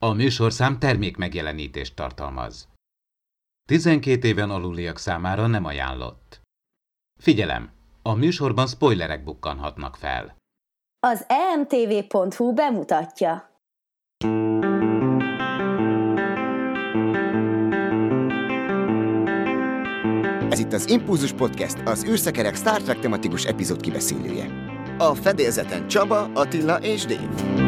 A műsorszám termékmegjelenítést tartalmaz. 12 éven aluliak számára nem ajánlott. Figyelem! A műsorban spoilerek bukkanhatnak fel. Az emtv.hu bemutatja. Ez itt az Impulzus Podcast, az űrszekerek Star Trek tematikus epizód kibeszélője. A fedélzeten Csaba, Attila és Dave.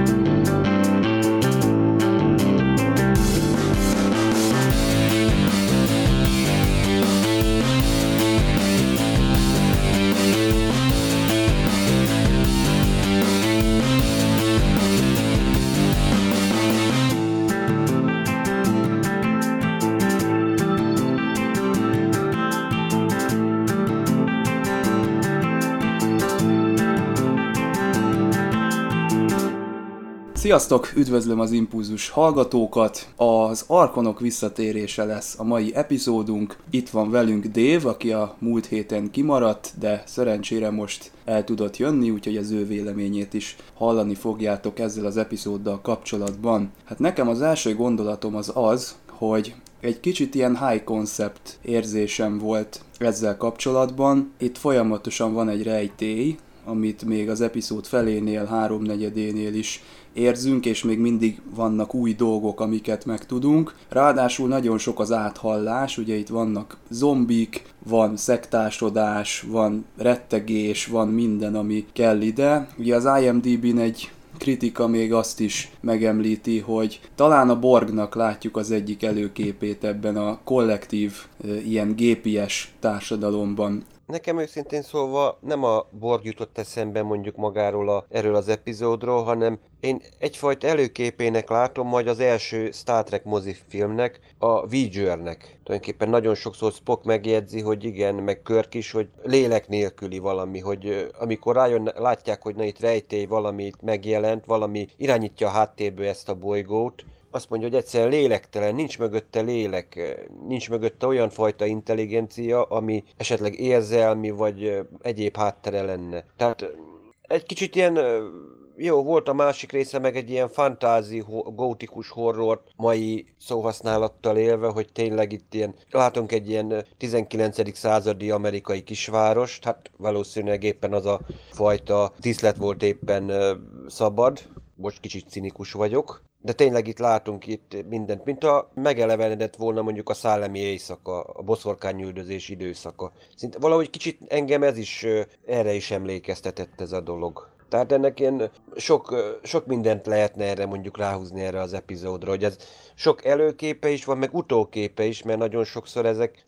Sziasztok! Üdvözlöm az Impulzus hallgatókat! Az Arkonok visszatérése lesz a mai epizódunk. Itt van velünk Dave, aki a múlt héten kimaradt, de szerencsére most el tudott jönni, úgyhogy az ő véleményét is hallani fogjátok ezzel az epizóddal kapcsolatban. Hát nekem az első gondolatom az, hogy egy kicsit ilyen high concept érzésem volt ezzel kapcsolatban. Itt folyamatosan van egy rejtély, amit még az epizód felénél, háromnegyedénél is érzünk, és még mindig vannak új dolgok, amiket megtudunk. Ráadásul nagyon sok az áthallás, ugye itt vannak zombik, van szektásodás, van rettegés, van minden, ami kell ide. Ugye az IMDb-n egy kritika még azt is megemlíti, hogy talán a Borgnak látjuk az egyik előképét ebben a kollektív, ilyen gépies társadalomban. Nekem őszintén szólva nem a Borg jutott eszembe mondjuk magáról erről az epizódról, hanem én egyfajta előképének látom majd az első Star Trek mozifilmnek, a Voyagernek. Tulajdonképpen nagyon sokszor Spock megjegyzi, hogy igen, meg Kirk is, hogy lélek nélküli valami, hogy amikor látják, hogy na itt rejtély, valami itt megjelent, valami irányítja a háttérből ezt a bolygót, azt mondja, hogy egyszerűen lélektelen, nincs mögötte lélek, nincs mögötte olyan fajta intelligencia, ami esetleg érzelmi vagy egyéb háttere lenne. Tehát egy kicsit ilyen, jó, volt a másik része meg egy ilyen fantázi, gótikus horror mai szóhasználattal élve, hogy tényleg itt ilyen, látunk egy ilyen 19. századi amerikai kisvárost, hát valószínűleg éppen az a fajta díszlet volt éppen szabad, most kicsit cinikus vagyok. De tényleg itt látunk itt mindent, mint ha megelevenedett volna mondjuk a szellemi éjszaka, a boszorkányüldözés időszaka. Szinte valahogy kicsit engem ez is, erre is emlékeztetett ez a dolog. Tehát ennek ilyen sok mindent lehetne erre mondjuk ráhúzni erre az epizódra, hogy ez sok előképe is van, meg utóképe is, mert nagyon sokszor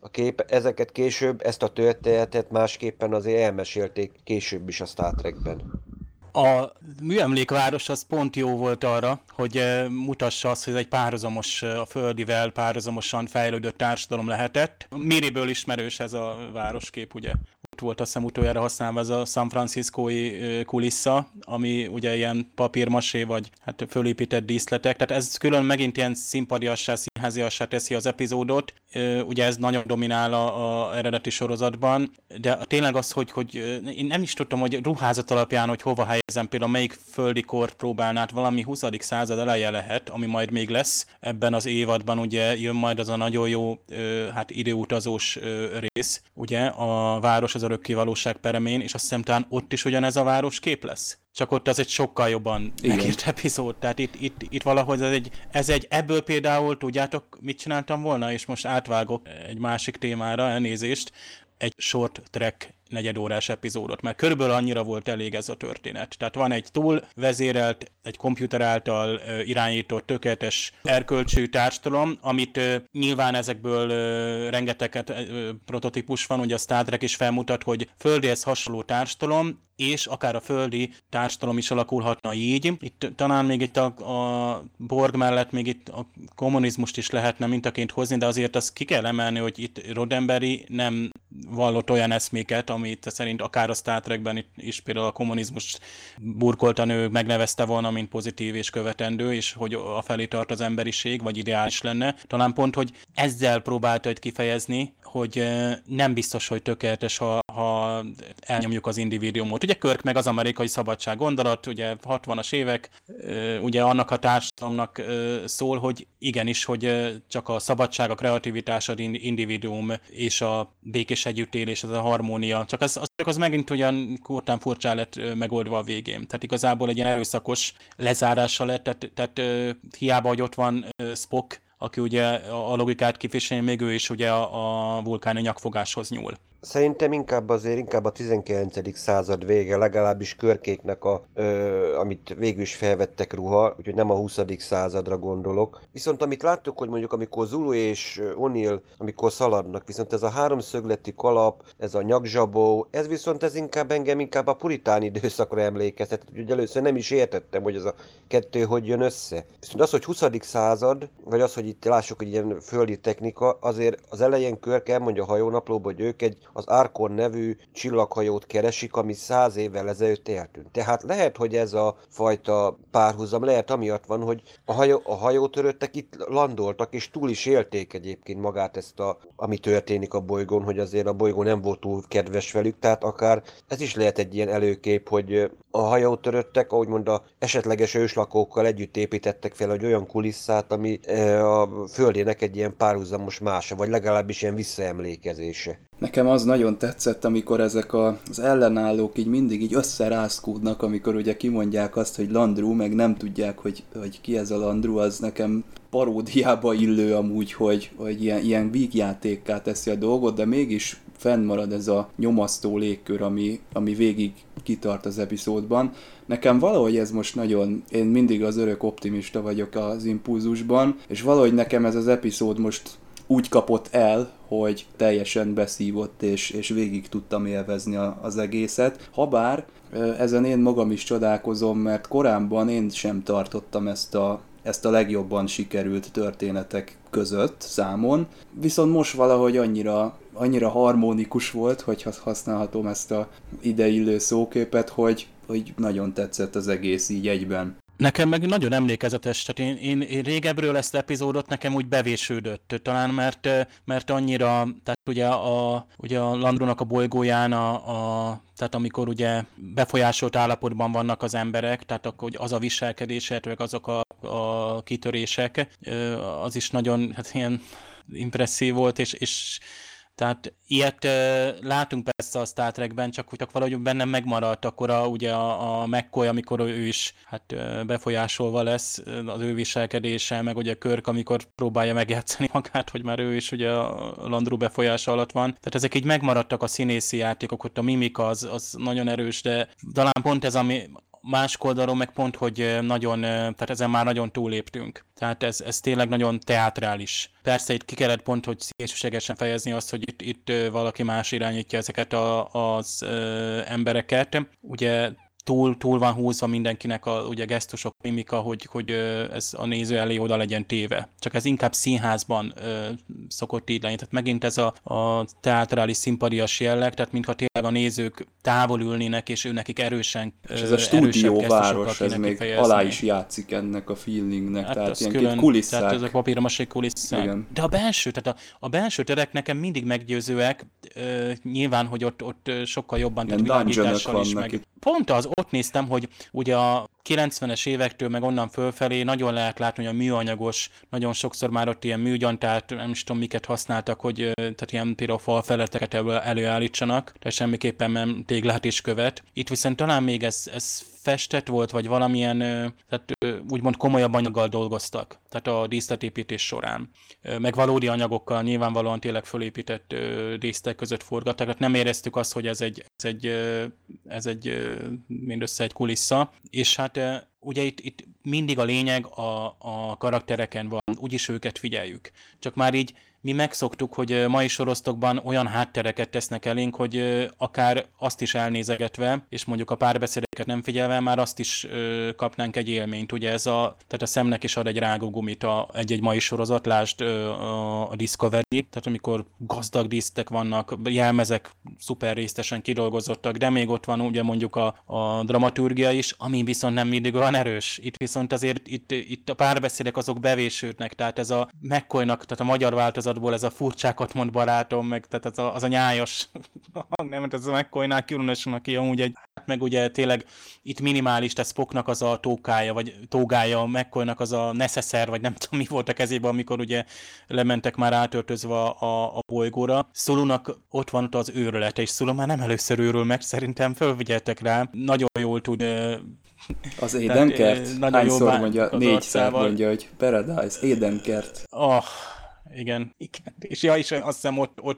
ezeket később, ezt a történetet másképpen azért elmesélték később is a Star Trekben. A műemlékváros az pont jó volt arra, hogy mutassa azt, hogy ez egy párhuzamos, a földivel párhuzamosan fejlődött társadalom lehetett. Miriből ismerős ez a városkép, ugye? Ott volt azt hiszem utoljára használva ez a San Franciscói kulissza, ami ugye ilyen papírmasé vagy hát fölépített díszletek. Tehát ez külön megint ilyen színpadiassá, színháziassá teszi az epizódot. Ugye ez nagyon dominál a eredeti sorozatban, de tényleg az, hogy én nem is tudtam, hogy ruházat alapján, hogy hova helyezem, például melyik földi kort próbálnád, valami 20. század eleje lehet, ami majd még lesz ebben az évadban, ugye jön majd az a nagyon jó hát időutazós rész, ugye a város az örökké valóság peremén, és azt hiszem talán ott is ugyanez a városkép lesz. Csak ott az egy sokkal jobban megírt epizód, tehát itt valahogy ebből például tudjátok, mit csináltam volna, és most átvágok egy másik témára, elnézést, egy short track negyedórás epizódot, mert körülbelül annyira volt elég ez a történet. Tehát van egy túl vezérelt, egy komputer által irányított, tökéletes erkölcsű társadalom, amit nyilván ezekből rengeteget prototípus van, ugye a Star Trek is felmutat, hogy földihez hasonló társadalom, és akár a földi társadalom is alakulhatna így. Itt talán még itt a Borg mellett még itt a kommunizmust is lehetne mintaként hozni, de azért azt ki kell emelni, hogy itt Roddenberry nem vallott olyan eszméket, amit szerint akár a Star Trekben is például a kommunizmust burkoltan ő megnevezte volna, mint pozitív és követendő, és hogy afelé tart az emberiség, vagy ideális lenne. Talán pont, hogy ezzel próbálta kifejezni, hogy nem biztos, hogy tökéletes, ha ha elnyomjuk az individuumot. Ugye Kirk meg az amerikai szabadság gondolat, ugye 60-as évek, ugye annak a társadalomnak szól, hogy igenis, hogy csak a szabadság, a kreativitás, az individuum és a békés együttélés, ez a harmónia, csak az megint olyan kurtán furcsán lett megoldva a végén. Tehát igazából egy ilyen erőszakos lezárása lett, tehát hiába, hogy ott van Spock, aki ugye a logikát képviseli, még ő is ugye a vulkáni nyakfogáshoz nyúl. Szerintem inkább a 19. század vége, legalábbis Körkéknek, amit végül is felvettek ruha, úgyhogy nem a 20. századra gondolok. Viszont amit láttuk, hogy mondjuk amikor Zulu és O'Neill, amikor szaladnak, viszont ez a háromszögleti kalap, ez a nyakzsabó, ez engem inkább a puritán időszakra emlékeztet, úgyhogy először nem is értettem, hogy ez a kettő hogy jön össze. Viszont az, hogy 20. század, vagy az, hogy itt lássuk, hogy ilyen földi technika, azért az elején Kirk elmondja a hajónaplóban, hogy ők az Arkon nevű csillaghajót keresik, ami 100 évvel ezelőtt eltűnt. Tehát lehet, hogy ez a fajta párhuzam, lehet amiatt van, hogy a hajótöröttek itt landoltak, és túl is élték egyébként magát ami történik a bolygón, hogy azért a bolygó nem volt túl kedves velük, tehát akár ez is lehet egy ilyen előkép, hogy a hajótöröttek, ahogy mondta, esetleges őslakókkal együtt építettek fel egy olyan kulisszát, ami a földének egy ilyen párhuzamos mása, vagy legalábbis ilyen visszaemlékezése. Nekem az nagyon tetszett, amikor ezek az ellenállók így mindig így összerázkódnak, amikor ugye kimondják azt, hogy Landru, meg nem tudják, hogy ki ez a Landru, az nekem paródiába illő amúgy, hogy ilyen vígjátékká teszi a dolgot, de mégis fennmarad ez a nyomasztó légkör, ami végig kitart az epizódban. Nekem valahogy ez most nagyon, én mindig az örök optimista vagyok az Impulzusban, és valahogy nekem ez az epizód most úgy kapott el, hogy teljesen beszívott, és végig tudtam élvezni az egészet. Habár ezen én magam is csodálkozom, mert korábban én sem tartottam ezt a legjobban sikerült történetek között számon, viszont most valahogy annyira harmonikus volt, hogy használhatom ezt a ideillő szóképet, hogy nagyon tetszett az egész így egyben. Nekem meg nagyon emlékezetes, tehát én régebről ezt epizódot nekem úgy bevésődött, talán mert annyira, tehát ugye a Landrunak a bolygóján, tehát amikor ugye befolyásolt állapotban vannak az emberek, tehát akkor az a viselkedés, illetve azok a kitörések, az is nagyon ilyen impresszív volt, és tehát ilyet látunk persze a Star Trekben, csak valahogy bennem megmaradt akkor ugye a McCoy, amikor ő is befolyásolva lesz az ő viselkedése, meg ugye Kirk, amikor próbálja megjátszani magát, hogy már ő is ugye a Landru befolyása alatt van. Tehát ezek így megmaradtak a színészi játékok, ott a mimika az nagyon erős, de talán pont ez, ami másik oldalról meg pont, hogy nagyon, tehát ezen már nagyon túléptünk. Tehát ez tényleg nagyon teátrális. Persze itt ki kellett pont, hogy szélsőségesen fejezni azt, hogy itt valaki más irányítja ezeket az embereket. Ugye túl van húzva mindenkinek ugye gesztusok, mimika, hogy ez a néző elé oda legyen téve. Csak ez inkább színházban szokott így lenni. Tehát megint ez a teátrális szimpadias jelleg, tehát mintha tényleg a nézők távol ülnének, és ő nekik erősen és ez a stúdióváros, ez még alá is játszik ennek a feelingnek, hát tehát ilyen két kulisszák. Tehát ez a papírmasé kulisszák. Igen. De a belső terek nekem mindig meggyőzőek, nyilván, hogy ott sokkal jobban, tehát világítással is meg. Pont ott néztem, hogy ugye a 90-es évektől meg onnan fölfelé nagyon lehet látni, hogy a műanyagos, nagyon sokszor már ott ilyen műgyantát, nem is tudom miket használtak, hogy tehát ilyen például falfeleteket előállítsanak, de semmiképpen nem téglát is követ. Itt viszont talán még ez festett volt, vagy valamilyen, tehát úgymond komolyabb anyaggal dolgoztak, tehát a díszletépítés során. Meg valódi anyagokkal nyilvánvalóan tényleg fölépített díszletek között forgattak, tehát nem éreztük azt, hogy ez egy mindössze egy kulissza, és hát ugye itt mindig a lényeg a karaktereken van, úgyis őket figyeljük. Csak már így mi megszoktuk, hogy mai sorosztokban olyan háttereket tesznek elénk, hogy akár azt is elnézegetve, és mondjuk a párbeszédeket nem figyelve, már azt is kapnánk egy élményt. Ugye tehát a szemnek is ad egy rágógumit egy mai sorozat, lásd a Discovery, tehát amikor gazdag díszletek vannak, jelmezek szuper részletesen kidolgozottak, de még ott van ugye mondjuk a dramaturgia is, ami viszont nem mindig olyan erős. Itt viszont azért itt a párbeszédek azok bevésődnek, meg. Tehát ez a McCoynak, tehát a magyar változatból ez a furcsákat mond barátom, meg tehát az a nyájas nem, ez a McCoynál különösen, aki amúgy meg ugye tényleg itt minimális, tehát Spocknak az a tókája, vagy tógája, a McCoynak az a necesszer, vagy nem tudom mi volt a kezében, amikor ugye lementek már átöltözve a bolygóra. Sulunak ott van ott az őrülete, és Sulu már nem először őrül meg, szerintem fölvigyeltek rá. Nagyon jól tud... Az Édenkert? Hányszor mondja? 4-szer mondja, hogy Paradise, Édenkert. Igen. És azt hiszem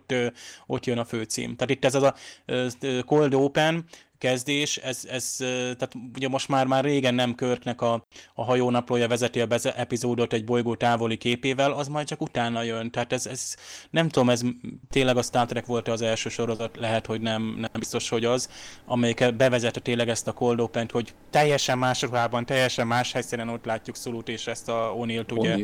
ott jön a főcím. Tehát itt ez az a Cold Open kezdés, tehát ugye most már régen nem Kirknek a hajónaplója vezeti a epizódot egy bolygó távoli képével, az majd csak utána jön. Tehát ez nem tudom, ez tényleg a Star Trek volt az első sorozat, lehet, hogy nem biztos, hogy az, amelyik bevezette tényleg ezt a Cold Open-t, hogy teljesen más ruhában, teljesen más helyszínen ott látjuk Sulut és ezt a O'Neill-t, ugye.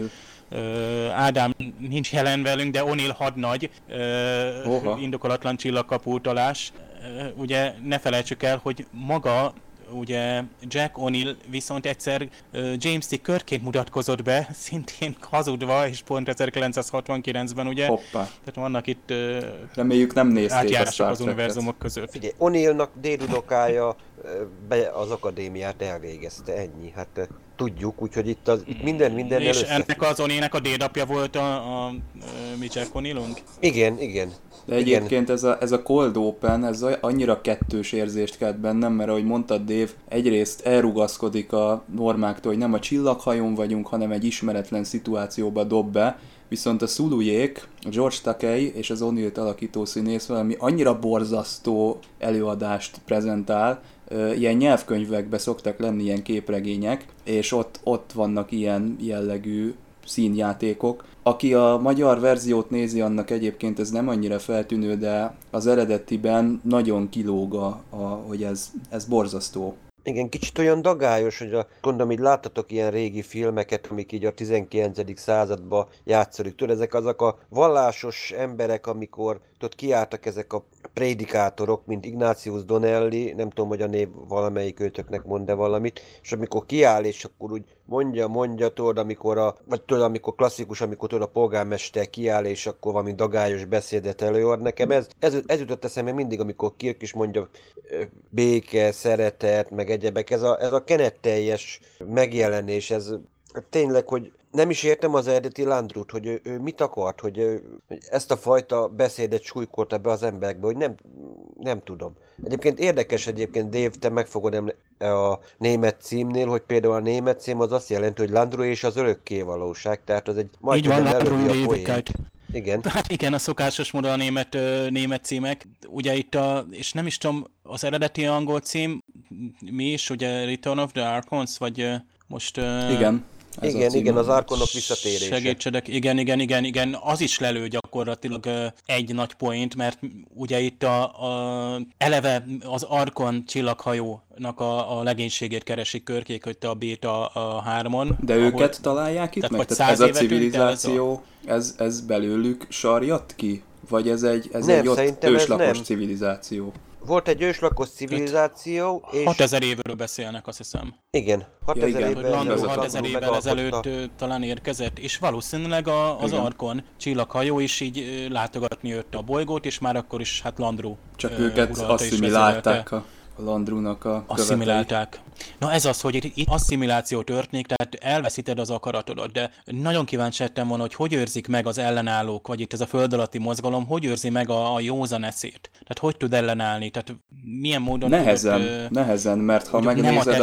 Ádám nincs jelen velünk, de O'Neill hadnagy, indokolatlan csillagkapu utalás. Ugye ne felejtsük el, hogy maga ugye Jack O'Neill viszont egyszer James T. Kirkként mutatkozott be, szintén hazudva, és pont 1969-ben ugye. Hoppá. Tehát vannak itt reméljük nem nézték az univerzumok között. Figyelj, O'Neillnak dédunokája az akadémiát elvégezte, ennyi. Hát tudjuk, úgyhogy itt minden és először. ennek az O'Neillnek a dédapja volt a mi Jack O'Neillunk? Igen. De egyébként ez a Cold Open, ez annyira kettős érzést kelt bennem, mert ahogy mondtad, Dave, egyrészt elrugaszkodik a normáktól, hogy nem a csillaghajón vagyunk, hanem egy ismeretlen szituációba dob be, viszont a Sulujék, a George Takei és az O'Neill-t alakító színész valami annyira borzasztó előadást prezentál, ilyen nyelvkönyvekben szoktak lenni ilyen képregények, és ott vannak ilyen jellegű színjátékok. Aki a magyar verziót nézi, annak egyébként ez nem annyira feltűnő, de az eredetiben nagyon kilóg, hogy ez borzasztó. Igen, kicsit olyan dagályos, hogy gondolom, így láttatok ilyen régi filmeket, amik így a 19. században játszolik. Tudod, ezek azok a vallásos emberek, amikor kiálltak ezek a prédikátorok, mint Ignatius Donnelly, nem tudom, hogy a név valamelyik őtöknek mond-e valamit, és amikor kiáll, és akkor úgy mondja, tudod, amikor klasszikus, amikor tudod, a polgármester kiáll, és akkor valami dagályos beszédet előad nekem. Ez jutott eszembe mindig, amikor Kirk is mondja béke, szeretet, meg egyebek. Ez a kenetteljes megjelenés, ez tényleg, hogy nem is értem az eredeti Landrut, hogy ő mit akart, hogy ezt a fajta beszédet súlykolta be az emberekbe, hogy nem tudom. Egyébként érdekes Dave, te megfogod a német címnél, hogy például a német cím az azt jelenti, hogy Landru és az örökké valóság, tehát az egy majdnem előbbi a poén. Igen. Hát igen, a szokásos módon a német címek. Ugye itt és nem is tudom, az eredeti angol cím mi is, ugye Return of the Archons, vagy most... Igen. Igen, az Arkonok visszatérése. Segítsedek, igen, az is lelő gyakorlatilag egy nagy point, mert ugye itt eleve az Arkon csillaghajónak a legénységét keresik Körkék, hogy te a Beta 3-on. De őket találják itt meg? Tehát ez a civilizáció, ez belőlük sarjadt ki? Vagy ez egy ott őslakos civilizáció? Volt egy őslakos civilizáció, és... 6000 évről beszélnek, azt hiszem. Igen, 6000 évvel. Landru 6000 évvel ezelőtt talán érkezett, és valószínűleg az Arkon csillaghajó is így látogatni jött a bolygót, és már akkor is Landru csak őket asszimilálták a Landrunak a asszimilálták. Na ez az, hogy itt asszimiláció történik, tehát elveszíted az akaratodat, de nagyon kíváncsi lettem volna, hogy őrzik meg az ellenállók, vagy itt ez a föld alatti mozgalom, hogy őrzi meg a józan eszét. Tehát hogy tud ellenállni, tehát milyen módon... Nehezen, mert ha megnézed,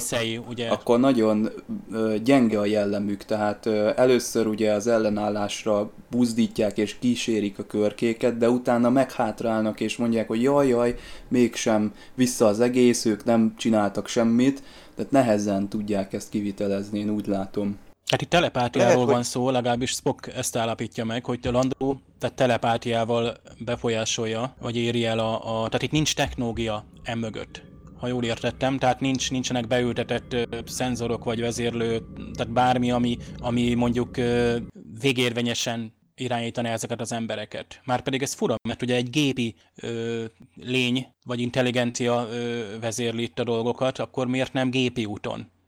akkor nagyon gyenge a jellemük, tehát először ugye az ellenállásra buzdítják és kísérik a Körkéket, de utána meghátrálnak és mondják, hogy jaj, mégsem vissza az egész, ők nem csináltak semmit, tehát nehezen tudják ezt kivitelezni, én úgy látom. Hát itt telepátiáról van szó, legalábbis Spock ezt állapítja meg, hogy Landru tehát telepátiával befolyásolja, vagy éri el tehát itt nincs technológia emögött, ha jól értettem, tehát nincsenek beültetett szenzorok vagy vezérlő, tehát bármi, ami mondjuk végérvényesen irányítani ezeket az embereket. Márpedig ez fura, mert ugye egy gépi lény vagy intelligencia vezérli itt a dolgokat, akkor miért nem gépi úton?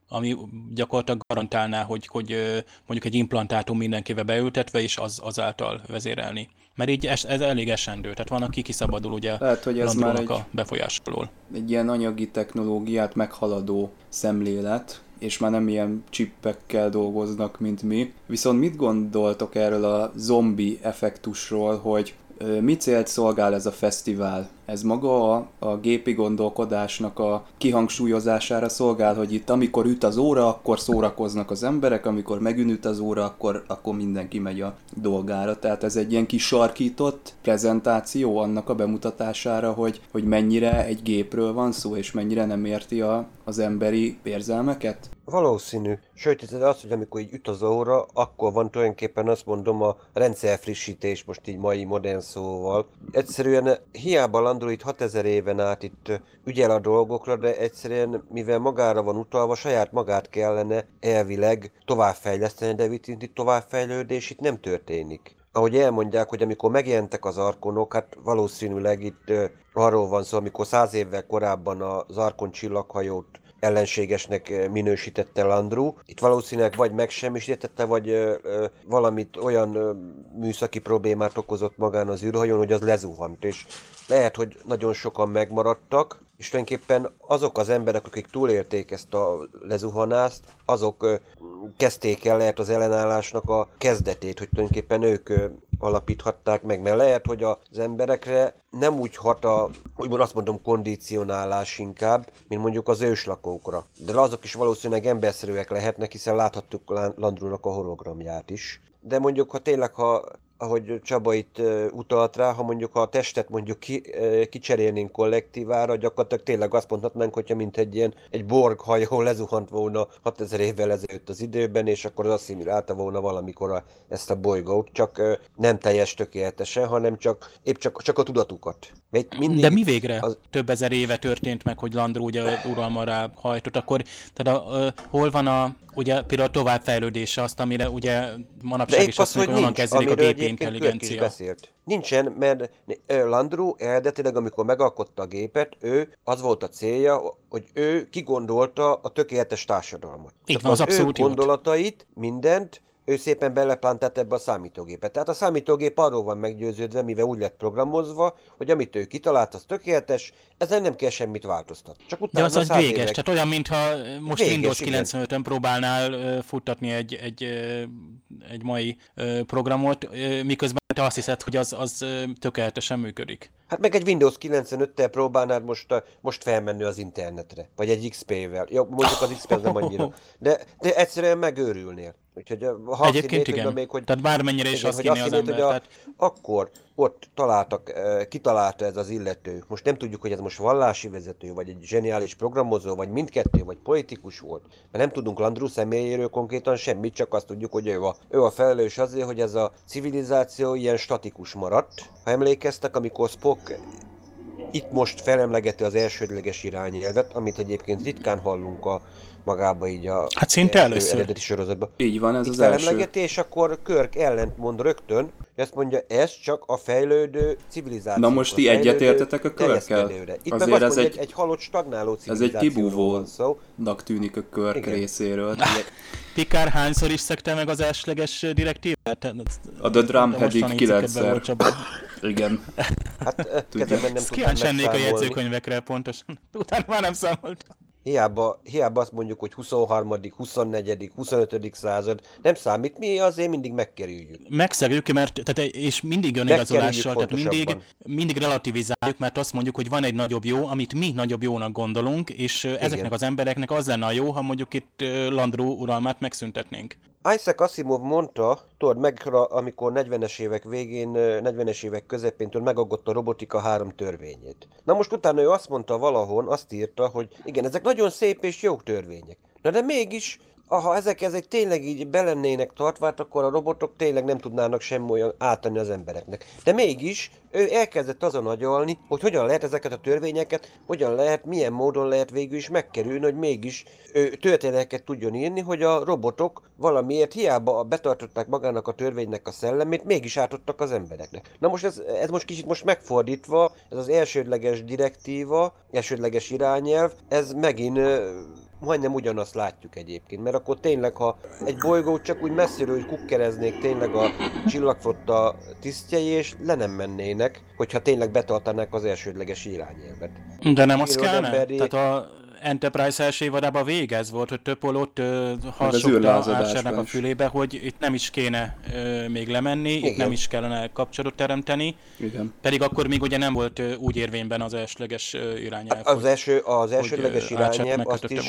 ami gyakorlatilag garantálná, hogy mondjuk egy implantátum mindenkivel beültetve, és azáltal vezérelni. Mert így ez elég esendő, tehát van, aki kiszabadul ugye lehet, hogy ez már a befolyás alól. Egy ilyen anyagi technológiát meghaladó szemlélet, és már nem ilyen csippekkel dolgoznak, mint mi. Viszont mit gondoltok erről a zombi effektusról, hogy mi célt szolgál ez a fesztivál? Ez maga a gépi gondolkodásnak a kihangsúlyozására szolgál, hogy itt amikor üt az óra, akkor szórakoznak az emberek, amikor megüt az óra, akkor mindenki megy a dolgára. Tehát ez egy ilyen kis sarkított prezentáció annak a bemutatására, hogy mennyire egy gépről van szó, és mennyire nem érti az emberi érzelmeket? Valószínű. Sőt, ez az, hogy amikor így üt az óra, akkor van tulajdonképpen azt mondom a rendszerfrissítés, most így mai modern szóval. Egyszerűen hiába Android 6000 éven át itt ügyel a dolgokra, de egyszerűen mivel magára van utalva, saját magát kellene elvileg továbbfejleszteni, de itt továbbfejlődés itt nem történik. Ahogy elmondják, hogy amikor megjelentek az arkonok, hát valószínűleg itt arról van szó, amikor 100 évvel korábban az Arkon csillaghajót ellenségesnek minősítette Landru. Itt valószínűleg vagy megsemmisítette, vagy valamit olyan műszaki problémát okozott magán az űrhajón, hogy az lezuhant. És lehet, hogy nagyon sokan megmaradtak, és tulajdonképpen azok az emberek, akik túlélték ezt a lezuhanást, azok kezdték el lehet az ellenállásnak a kezdetét, hogy tulajdonképpen ők alapíthatták meg, mert lehet, hogy az emberekre nem úgy hat úgymond azt mondom kondicionálás inkább, mint mondjuk az őslakókra. De azok is valószínűleg emberszerűek lehetnek, hiszen láthattuk Landrunak a hologramját is. De mondjuk, ha tényleg, ahogy Csaba itt utalt rá, ha mondjuk a testet mondjuk kicserélnénk kollektívára, gyakorlatilag tényleg azt mondhatnánk, hogyha mint egy Borg hajó lezuhant volna 6000 évvel ezelőtt az időben, és akkor az asszimilálta volna valamikor ezt a bolygót, csak nem teljes tökéletesen, hanem csak a tudatukat. De mi végre több ezer éve történt meg, hogy Landru ugye uralmára hajtott, akkor tehát hol van ugye például a továbbfejlődése azt, amire ugye manapság is azt mondjuk, hogy onnan kezdődik a gépi intelligencia. Nincsen, mert Landru eredetileg, amikor megalkotta a gépet, az volt a célja, hogy ő kigondolta a tökéletes társadalmat. Így van, az abszolút ő gondolatait, mindent, ő szépen beleplantált ebbe a számítógépet. Tehát a számítógép arról van meggyőződve, mivel úgy lett programozva, hogy amit ő kitalált, az tökéletes, ezen nem kell semmit változtatni. Csak utána de az véges, tehát olyan, mintha most véges, Windows 95-ön próbálnál futtatni egy mai programot, miközben te azt hiszed, hogy az tökéletesen működik. Hát meg egy Windows 95-tel próbálnád most felmenni az internetre, vagy egy XP-vel. Jó, mondjuk az XP nem annyira. De egyszerűen megőrülnél. Úgyhogy, egyébként igen, még, hogy, tehát bármennyire is azt hinné az ember. Tehát... Akkor ott kitalálta ez az illető. Most nem tudjuk, hogy ez most vallási vezető, vagy egy zseniális programozó, vagy mindkettő, vagy politikus volt. Mert nem tudunk Landru személyéről konkrétan semmit, csak azt tudjuk, hogy ő a felelős azért, hogy ez a civilizáció ilyen statikus maradt. Ha emlékeztek, amikor Spock itt most felemlegeti az elsődleges irányelvet, amit egyébként ritkán hallunk magába így hát szinte először eredeti sorozatban. Így van, ez itt az első. Felemlegeti, és akkor Kirk ellent mond rögtön, ezt mondja, ez csak a fejlődő civilizáció. Na most ti egyetértetek a Kirkkel? Itt azért ez egy halott, stagnáló civilizáció. Ez egy kibúvónak tűnik a Kirk részéről. Picard hányszor is szegte meg az elsőleges direktívát? A The Drumheadig 9-szer. Igen. Hát kezemben nem tudtam megszámolni. A jegyzőkönyvekre pontosan. Utána már nem számoltam. Hiába azt mondjuk, hogy 23., 24., 25. század, nem számít, mi azért mindig megkerüljük. Megszegjük, mert és mindig önigazolással, tehát mindig relativizáljuk, mert azt mondjuk, hogy van egy nagyobb jó, amit mi nagyobb jónak gondolunk, és ezeknek az embereknek az lenne a jó, ha mondjuk itt Landru uralmát megszüntetnénk. Isaac Asimov mondta, amikor 40-es évek végén, 40-es évek közepén megaggott a robotika 3 törvényét. Na most utána ő azt mondta valahol, azt írta, hogy igen, ezek nagyon szép és jó törvények. Na de mégis, ha ezek tényleg így belennének tartva, akkor a robotok tényleg nem tudnának semmi olyan átadni az embereknek. De mégis ő elkezdett azon agyalni, hogy hogyan lehet ezeket a törvényeket, milyen módon lehet végül is megkerülni, hogy mégis történeteket tudjon írni, hogy a robotok valamiért hiába betartották magának a törvénynek a szellemét, mégis átadtak az embereknek. Na most ez most kicsit megfordítva, ez az elsődleges direktíva, elsődleges irányelv, ez megint majdnem ugyanazt látjuk egyébként, mert akkor tényleg, ha egy bolygót csak úgy messziről úgy kukkereznék tényleg a csillagflotta tisztjei, és le nem mennének, hogyha tényleg betartanák az elsődleges irányelvet. De nem az kellene? Tehát a Enterprise első évadában végez volt, hogy Töpolót harsogta Archernek a fülébe, hogy itt nem is kéne még lemenni, igen. Itt nem is kellene kapcsolatot teremteni. Igen. Pedig akkor még ugye nem volt úgy érvényben az elsődleges irányelv. Az elsődleges irányelv,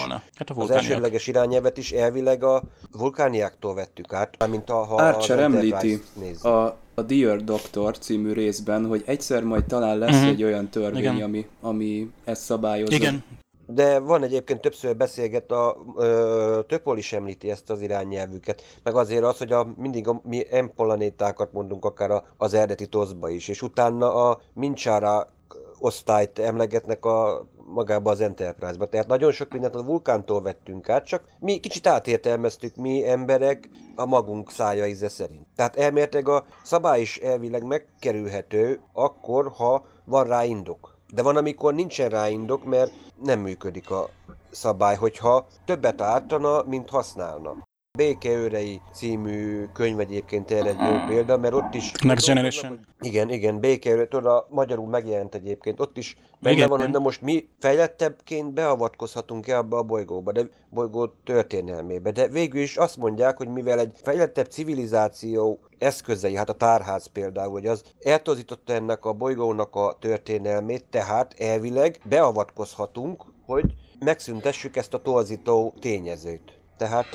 az elsődleges irányelvet is elvileg a vulkániáktól vettük át, mint ha Archer említi a Dear Doctor című részben, hogy egyszer majd talán lesz egy olyan törvény, ami ezt szabályozza. Igen. De van egyébként többször beszélget, Töpol is említi ezt az irányelvüket, meg azért az, hogy mindig mi M-planétákat mondunk akár az eredeti TOS-ba is, és utána a Minchara osztályt emlegetnek magába az Enterprise-ba. Tehát nagyon sok mindent a vulkántól vettünk át, csak mi kicsit átértelmeztük mi emberek a magunk szája íze szerint. Tehát elméletileg a szabály is elvileg megkerülhető akkor, ha van rá indok. De van, amikor nincsen rá indok, mert nem működik a szabály, hogyha többet ártana, mint használna. Békeőrei című könyv egyébként erre egy jó példa, mert ott is... Next Generation. Igen, Békeőrei, tudod, magyarul megjelent egyébként, ott is benne van, hogy na most mi fejlettebbként beavatkozhatunk ebbe a bolygóba, de bolygó történelmébe. De végül is azt mondják, hogy mivel egy fejlettebb civilizáció eszközei, hát a tárház például, hogy az eltorzította ennek a bolygónak a történelmét, tehát elvileg beavatkozhatunk, hogy megszüntessük ezt a torzító tényezőt. Tehát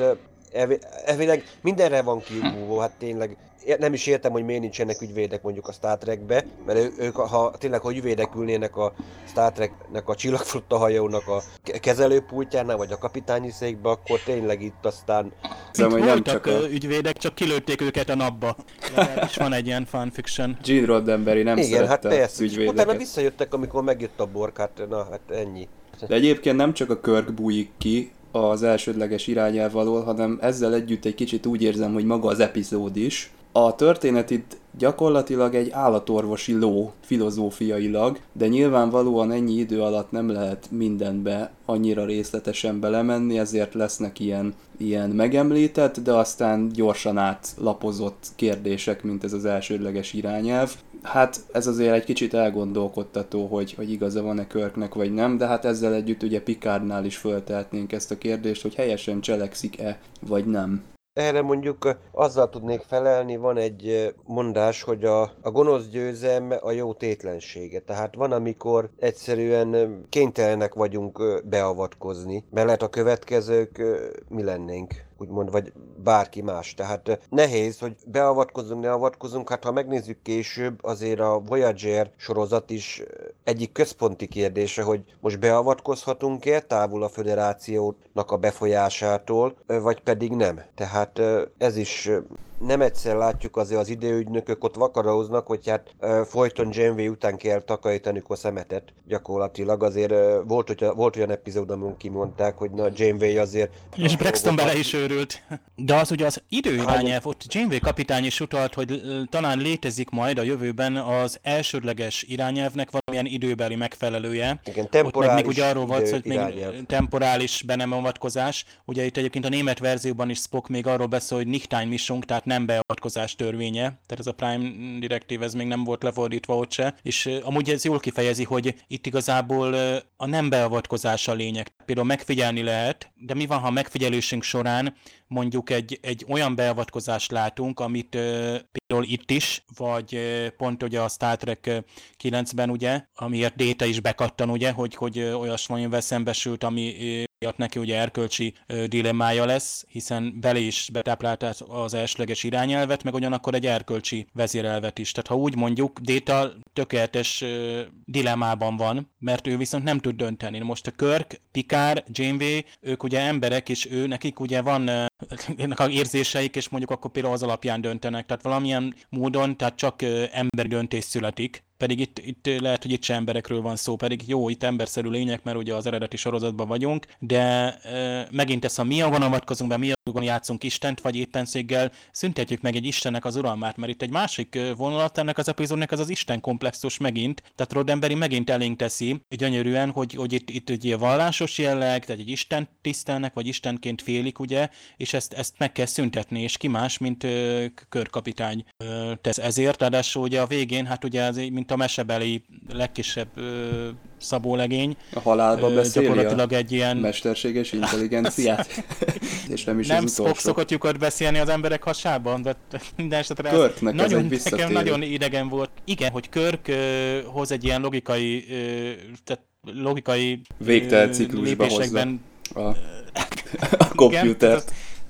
elvileg mindenre van kibúvó, hát tényleg nem is értem, hogy miért nincsenek ügyvédek mondjuk a Star Trekbe, mert ők, ha tényleg ügyvédek ülnének a Star Treknek a csillagflotta hajónak a kezelőpultjánál, vagy a kapitányi székbe, akkor tényleg itt aztán... Itt voltak ügyvédek, csak kilőtték őket a napba. És van egy ilyen fanfiction. Gene Roddenberry nem szerette az ügyvédeket. Utána visszajöttek, amikor megjött a Borg, hát ennyi. De egyébként nem csak a Kirk bújik ki az elsődleges irányelv alól, hanem ezzel együtt egy kicsit úgy érzem, hogy maga az epizód is. A történet itt gyakorlatilag egy állatorvosi ló filozófiailag, de nyilvánvalóan ennyi idő alatt nem lehet mindenbe annyira részletesen belemenni, ezért lesznek ilyen megemlített, de aztán gyorsan átlapozott kérdések, mint ez az elsődleges irányelv. Hát ez azért egy kicsit elgondolkodtató, hogy igaza van-e Kirknek vagy nem, de hát ezzel együtt ugye Picardnál is föltehetnénk ezt a kérdést, hogy helyesen cselekszik-e vagy nem. Erre mondjuk azzal tudnék felelni, van egy mondás, hogy a gonosz győzelme a jó tétlensége. Tehát van, amikor egyszerűen kénytelenek vagyunk beavatkozni, mert lehet a következők mi lennénk, úgymond, vagy bárki más. Tehát nehéz, hogy ne avatkozunk, hát ha megnézzük később, azért a Voyager sorozat is egyik központi kérdése, hogy most beavatkozhatunk-e távol a föderációnak a befolyásától, vagy pedig nem. Tehát ez is nem egyszer látjuk azért az időügynökök ott vakaróznak, hogy hát folyton Janeway után kell takarítanuk a szemetet gyakorlatilag. Azért volt olyan epizód, amikor kimondták, hogy na Janeway azért... És Braxton bele is őrült. De az ugye az időirányelv, ott Janeway kapitány is utalt, hogy talán létezik majd a jövőben az elsődleges irányelvnek valamilyen időbeli megfelelője. Igen, temporális ott még ugye arról volt, hogy még temporális be nem avatkozás. Ugye itt egyébként a német verzióban is Spock még arról beszél, hogy Nichteinmischung, tehát nem beavatkozás törvénye, tehát ez a Prime Directive, ez még nem volt lefordítva ott se, és amúgy ez jól kifejezi, hogy itt igazából a nem beavatkozás a lényeg. Például megfigyelni lehet, de mi van, ha a megfigyelésünk során mondjuk egy olyan beavatkozást látunk, amit például itt is, vagy pont ugye a Star Trek 9-ben ugye, amiért Data is bekattan ugye, hogy olyasmivel szembesült, ami miatt neki ugye erkölcsi dilemmája lesz, hiszen bele is betáplálta az elsődleges irányelvet, meg ugyanakkor egy erkölcsi vezérelvet is. Tehát ha úgy mondjuk, Data tökéletes dilemmában van, mert ő viszont nem tud dönteni. Most a Kirk, Picard, Janeway, ők ugye emberek, és nekik ugye van érzéseik, és mondjuk akkor például az alapján döntenek. Tehát valamilyen módon, tehát csak emberi döntés születik. pedig itt lehet, hogy itt sem emberekről van szó, pedig jó, itt emberszerű lények, mert ugye az eredeti sorozatban vagyunk, de megint ezt a mi avatkozunk be, mi játszunk Istent, vagy éppenséggel szüntetjük meg egy Istennek az uralmát, mert itt egy másik vonulat ennek az epizódnak az Isten komplexus megint, tehát Roddenberry megint elénk teszi gyönyörűen, hogy itt egy vallásos jelleg, tehát egy Isten tisztelnek, vagy Istenként félik, ugye, és ezt meg kell szüntetni, és ki más, mint Körkapitány tesz ezért, ráadásul ugye a végén, hát ugye ez mint a mesebeli legkisebb szabólegény. A halálba beszéli gyakorlatilag egy ilyen mesterséges intelligenciát. És nem is nem az utolsó. szokott lyukat beszélni az emberek hasában, de minden esetre Kirknek ez egy nekem nagyon idegen volt. Igen, hogy Kirk hoz egy ilyen logikai végtelen ciklusba hozza a kompjútert.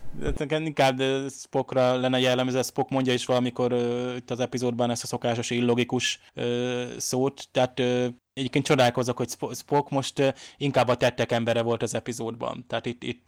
Inkább Spockra lenne jellemző, Spock mondja is valamikor itt az epizódban ezt a szokásos illogikus szót, tehát egyébként csodálkozok, hogy Spock most inkább a tettek embere volt az epizódban. Tehát itt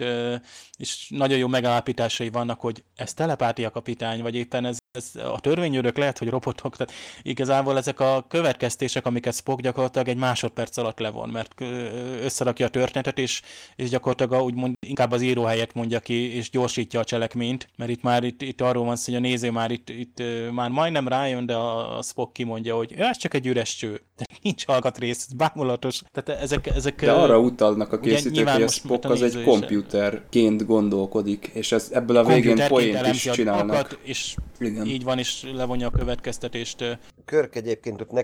és nagyon jó megállapításai vannak, hogy ez telepátia kapitány, vagy éppen ez a törvényőrök lehet, hogy robotok. Tehát igazából ezek a következtések, amiket Spock gyakorlatilag egy másodperc alatt levon, mert összerakja a történetet, és gyakorlatilag úgymond inkább az író helyett mondja ki, és gyorsítja a cselekményt, mert itt arról van szó, hogy a néző már itt már majdnem rájön, de a Spock kimondja, hogy ez csak egy üres cső. Nincs alkatrész, bámulatos. Tehát ezek de arra utalnak a készítők, hogy a Spock az egy komputerként gondolkodik, és ebből a végén poént is csinálnak. És igen. Így van, és levonja a következtetést. Kirk egyébként ott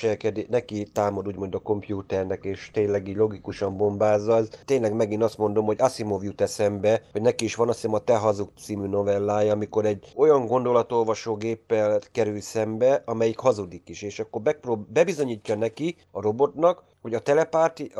neki támad úgymond a kompjúternek, és tényleg így logikusan bombázza. Az tényleg megint azt mondom, hogy Asimov jut eszembe, hogy neki is van azt hiszem a Te hazug című novellája, amikor egy olyan gondolatolvasó géppel kerül szembe, amelyik hazudik is, és akkor bebizonyítja neki, a robotnak, hogy a telepáti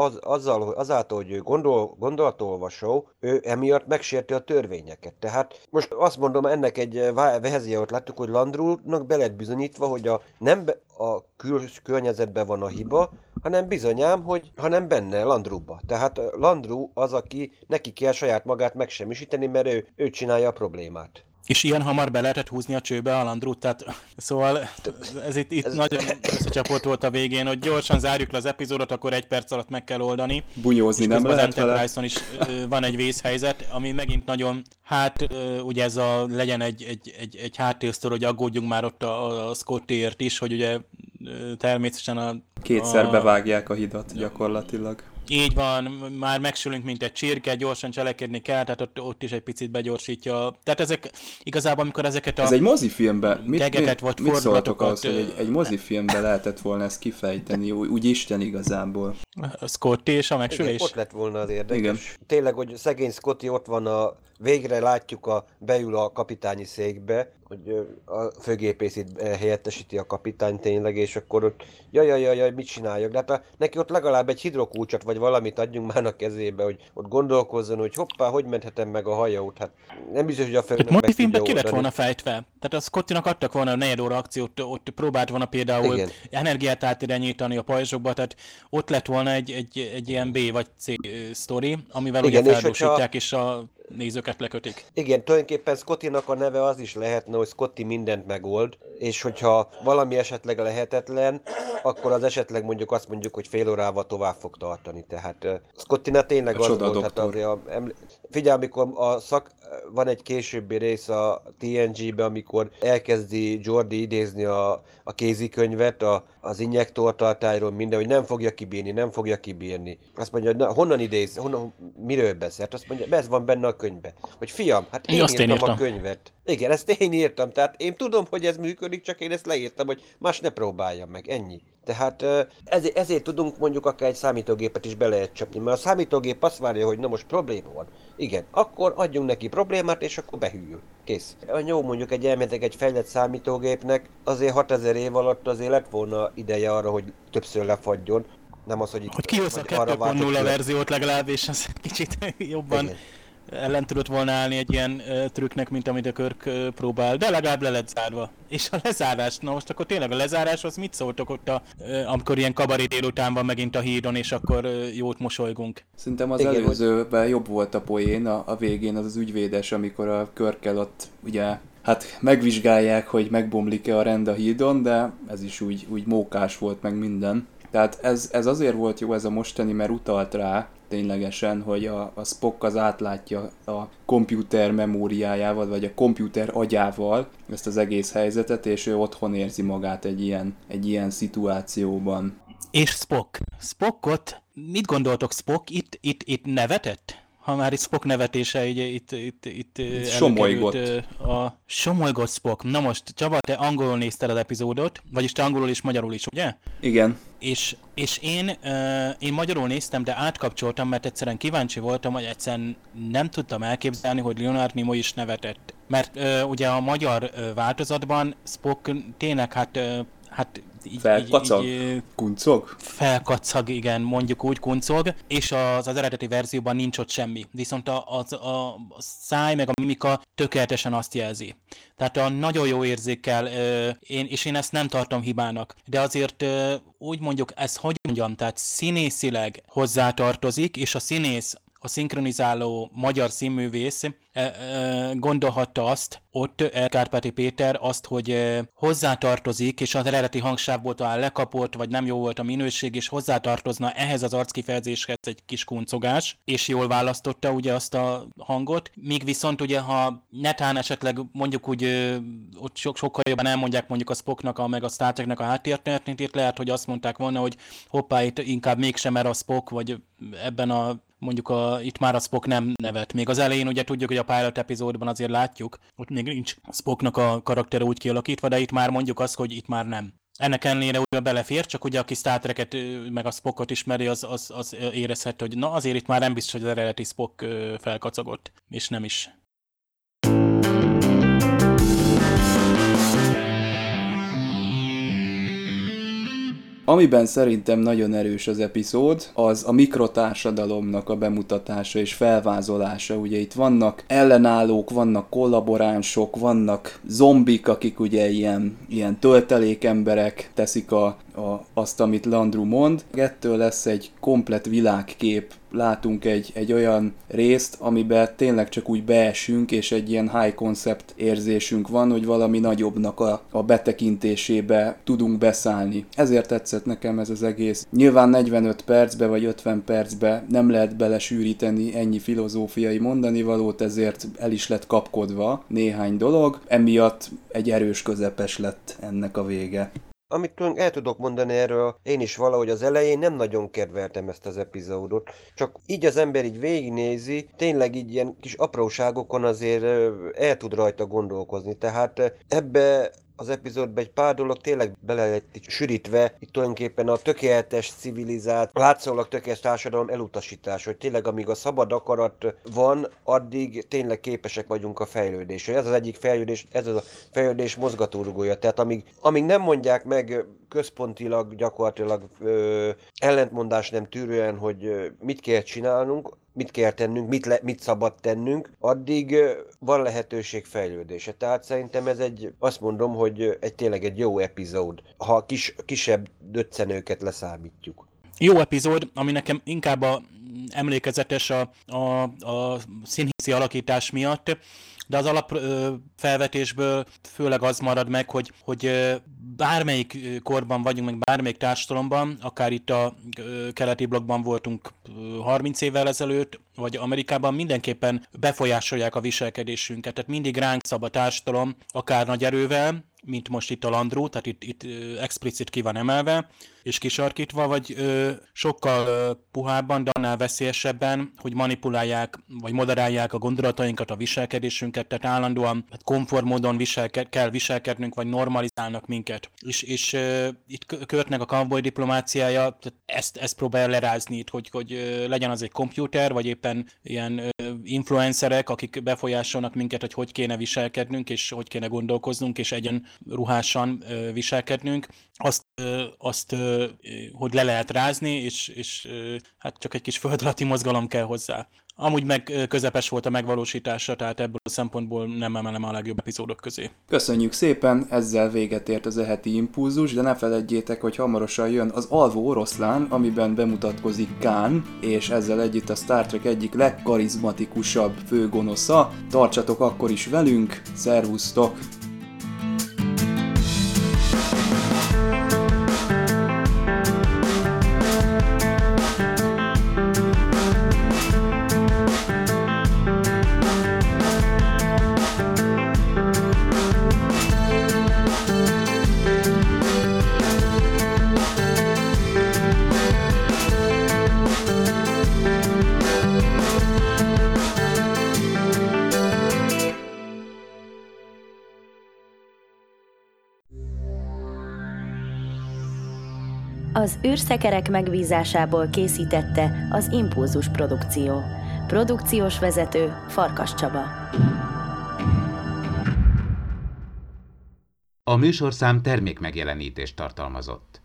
azáltal, hogy ő gondolatolvasó, ő emiatt megsérti a törvényeket. Tehát most azt mondom, ennek egy verziót láttuk, hogy Landrunak be lett bizonyítva, hogy nem a környezetben van a hiba, hanem bizonyám, hanem benne, Landruba. Tehát Landru az, aki neki kell saját magát megsemmisíteni, mert ő csinálja a problémát. És ilyen hamar be lehetett húzni a csőbe a Landrut, tehát szóval ez itt nagyon összecsapott volt a végén, hogy gyorsan zárjuk le az epizódot, akkor 1 perc alatt meg kell oldani. Bunyózni nem lehet vele. Az Enterprise-on is van egy vészhelyzet, ami megint nagyon, ugye ez legyen egy háttérsztor, hogy aggódjunk már ott a Scottyért is, hogy ugye természetesen kétszer bevágják a hidat gyakorlatilag. Így van, már megsülünk, mint egy csirke, gyorsan cselekedni kell, tehát ott is egy picit begyorsítja. Tehát ezek igazából, amikor ezeket ez egy mozifilmben, mit szóltok ahhoz, hogy egy mozifilmben lehetett volna ezt kifejteni, úgy Isten igazából? A Scotty és a megsülés? Igen, ott lett volna az érdekes. Igen. Tényleg, hogy szegény Scotty ott van, végre látjuk beül a kapitányi székbe, hogy a főgépészét helyettesíti a kapitány tényleg, és akkor ott jaj, mit csináljak? De hát neki ott legalább egy hidrokulcsot, vagy valamit adjunk már a kezébe, hogy ott gondolkozzon, hogy hoppá, hogy menthetem meg a hajót? Hát nem biztos, hogy a főnök meg tudja ki lett volna fejtve. Tehát a Scottynak adtak volna a 4 óra akciót, ott próbált volna például energiát átirányítani a pajzsokba, tehát ott lett volna egy ilyen B vagy C sztori, amivel ugye felgyorsítják, és a nézőket lekötik. Igen, tulajdonképpen Scottynak a neve az is lehetne, hogy Scotty mindent megold, és hogyha valami esetleg lehetetlen, akkor az esetleg mondjuk azt mondjuk, hogy fél órával tovább fog tartani. Tehát Scottynál tényleg az volt, hát azért figyelj, amikor van egy későbbi rész a TNG-be, amikor elkezdi Geordi idézni a kézikönyvet, az injektortartályról minden, hogy nem fogja kibírni. Azt mondja, hogy honnan idéz, miről beszélt? Azt mondja, ez van benne a könyvben. Hogy fiam, hát én írtam a könyvet. Igen, ezt én írtam, tehát én tudom, hogy ez működik, csak én ezt leírtam, hogy más ne próbáljam meg, ennyi. Tehát ezért tudunk mondjuk akár egy számítógépet is be lehet csapni, mert a számítógép azt várja, hogy na most probléma van. Igen, akkor adjunk neki problémát, és akkor behűl. Kész. Jó, mondjuk egy fejlett számítógépnek azért 6000 év alatt azért lett volna ideje arra, hogy többször lefagyjon. Nem az, hogy kihozza a 2.0 verziót legalább, és az kicsit jobban... Igen. Ellen tudott volna állni egy ilyen trükknek, mint amit a Kirk próbál, de legalább le lett zárva. És a lezárás, na most akkor tényleg a lezáráshoz mit szóltok ott, amikor ilyen kabaré délután van megint a hídon, és akkor jót mosolygunk? Szerintem az előzőben jobb volt a poén, a végén az ügyvédes, amikor a Kirkkel ott ugye hát megvizsgálják, hogy megbomlik-e a rend a hídon, de ez is úgy mókás volt meg minden. Tehát ez azért volt jó ez a mostani, mert utalt rá ténylegesen, hogy a Spock az átlátja a komputer memóriájával, vagy a komputer agyával ezt az egész helyzetet, és ő otthon érzi magát egy ilyen szituációban. És Spockot, mit gondoltok, Spock itt nevetett? Ha már itt Spock nevetése, ugye itt somolygott. A somolygott Spock. Na most, Csaba, te angolul nézted az epizódot, vagyis te angolul és magyarul is, ugye? Igen. És én magyarul néztem, de átkapcsoltam, mert egyszerűen kíváncsi voltam, hogy egyszerűen nem tudtam elképzelni, hogy Leonard Nimoy is nevetett. Mert ugye a magyar változatban Spock tényleg hát felkacag? Kuncog? Felkacag, igen, mondjuk úgy kuncog, és az eredeti verzióban nincs ott semmi. Viszont a száj meg a mimika tökéletesen azt jelzi. Tehát a nagyon jó érzékkel, én ezt nem tartom hibának, de azért úgy mondjuk, ez hogy mondjam, tehát színészileg hozzátartozik, és a színész, a szinkronizáló magyar színművész gondolhatta azt, ott Kárpáti Péter azt, hogy hozzátartozik, és az eredeti hangsávból talán lekapott, vagy nem jó volt a minőség, és hozzátartozna ehhez az arckifejezéshez egy kis kuncogás, és jól választotta ugye azt a hangot, míg viszont ugye, ha netán esetleg mondjuk úgy ott sokkal jobban elmondják mondjuk a Spocknak, meg a Star Treknek a háttértörténetét, lehet, hogy azt mondták volna, hogy hoppá, itt inkább mégsem, mert a Spock, vagy ebben a mondjuk itt már a Spock nem nevet. Még az elején ugye tudjuk, hogy a pilot epizódban azért látjuk, ott még nincs Spocknak a karaktere úgy kialakítva, de itt már mondjuk azt, hogy itt már nem. Ennek ellenére ugye belefér, csak ugye aki Star Trek-et meg a Spockot ismeri, az érezhette, hogy na azért itt már nem biztos, hogy az eredeti Spock felkacagott, és nem is. Amiben szerintem nagyon erős az epizód, az a mikrotársadalomnak a bemutatása és felvázolása. Ugye itt vannak ellenállók, vannak kollaboránsok, vannak zombik, akik ugye ilyen töltelékemberek teszik azt, amit Landru mond. Ettől lesz egy komplett világkép. Látunk egy olyan részt, amiben tényleg csak úgy beesünk, és egy ilyen high concept érzésünk van, hogy valami nagyobbnak a betekintésébe tudunk beszállni. Ezért tetszett nekem ez az egész. Nyilván 45 percbe vagy 50 percbe nem lehet belesűríteni ennyi filozófiai mondanivalót, ezért el is lett kapkodva néhány dolog, emiatt egy erős közepes lett ennek a vége. Amit el tudok mondani erről, én is valahogy az elején nem nagyon kedveltem ezt az epizódot, csak így az ember így végignézi, tényleg így ilyen kis apróságokon azért el tud rajta gondolkozni, tehát ebbe az epizódban egy pár dolog tényleg bele lett sűrítve, itt tulajdonképpen a tökéletes civilizált, látszólag tökéletes társadalom elutasítás, hogy tényleg amíg a szabad akarat van, addig tényleg képesek vagyunk a fejlődésre. Ez az egyik fejlődés, ez az a fejlődés mozgatórugója. Tehát amíg nem mondják meg központilag, gyakorlatilag ellentmondás nem tűrően, hogy mit kell csinálnunk, mit kell tennünk, mit szabad tennünk, addig van lehetőség fejlődése. Tehát szerintem ez azt mondom, hogy tényleg egy jó epizód, ha kisebb döccenőket leszámítjuk. Jó epizód, ami nekem inkább emlékezetes a színészi alakítás miatt, de az alapfelvetésből főleg az marad meg, hogy bármelyik korban vagyunk, meg bármelyik társadalomban, akár itt a keleti blokkban voltunk 30 évvel ezelőtt, vagy Amerikában, mindenképpen befolyásolják a viselkedésünket. Tehát mindig ránk szab a társadalom, akár nagy erővel, mint most itt a Landru, tehát itt explicit ki van emelve, és kisarkítva, vagy sokkal puhábban, de annál veszélyesebben, hogy manipulálják, vagy moderálják a gondolatainkat, a viselkedésünket, tehát állandóan komfort módon kell viselkednünk, vagy normalizálnak minket. És itt Kirknek a cowboy diplomáciája ezt próbálja lerázni itt, hogy legyen az egy komputer, vagy éppen ilyen influencerek, akik befolyásolnak minket, hogy kéne viselkednünk, és hogy kéne gondolkoznunk, és egyenruhásan viselkednünk. azt hogy le lehet rázni, és hát csak egy kis föld alatti mozgalom kell hozzá. Amúgy meg közepes volt a megvalósítása, tehát ebből a szempontból nem emelem a legjobb epizódok közé. Köszönjük szépen, ezzel véget ért az heti impulzus, de ne feledjétek, hogy hamarosan jön az Alvó oroszlán, amiben bemutatkozik Khan, és ezzel együtt a Star Trek egyik legkarizmatikusabb főgonosza. Tartsatok akkor is velünk, szervusztok! Az űrszekerek megbízásából készítette az Impulzus Produkció. Produkciós vezető Farkas Csaba. A műsorszám termékmegjelenítést tartalmazott.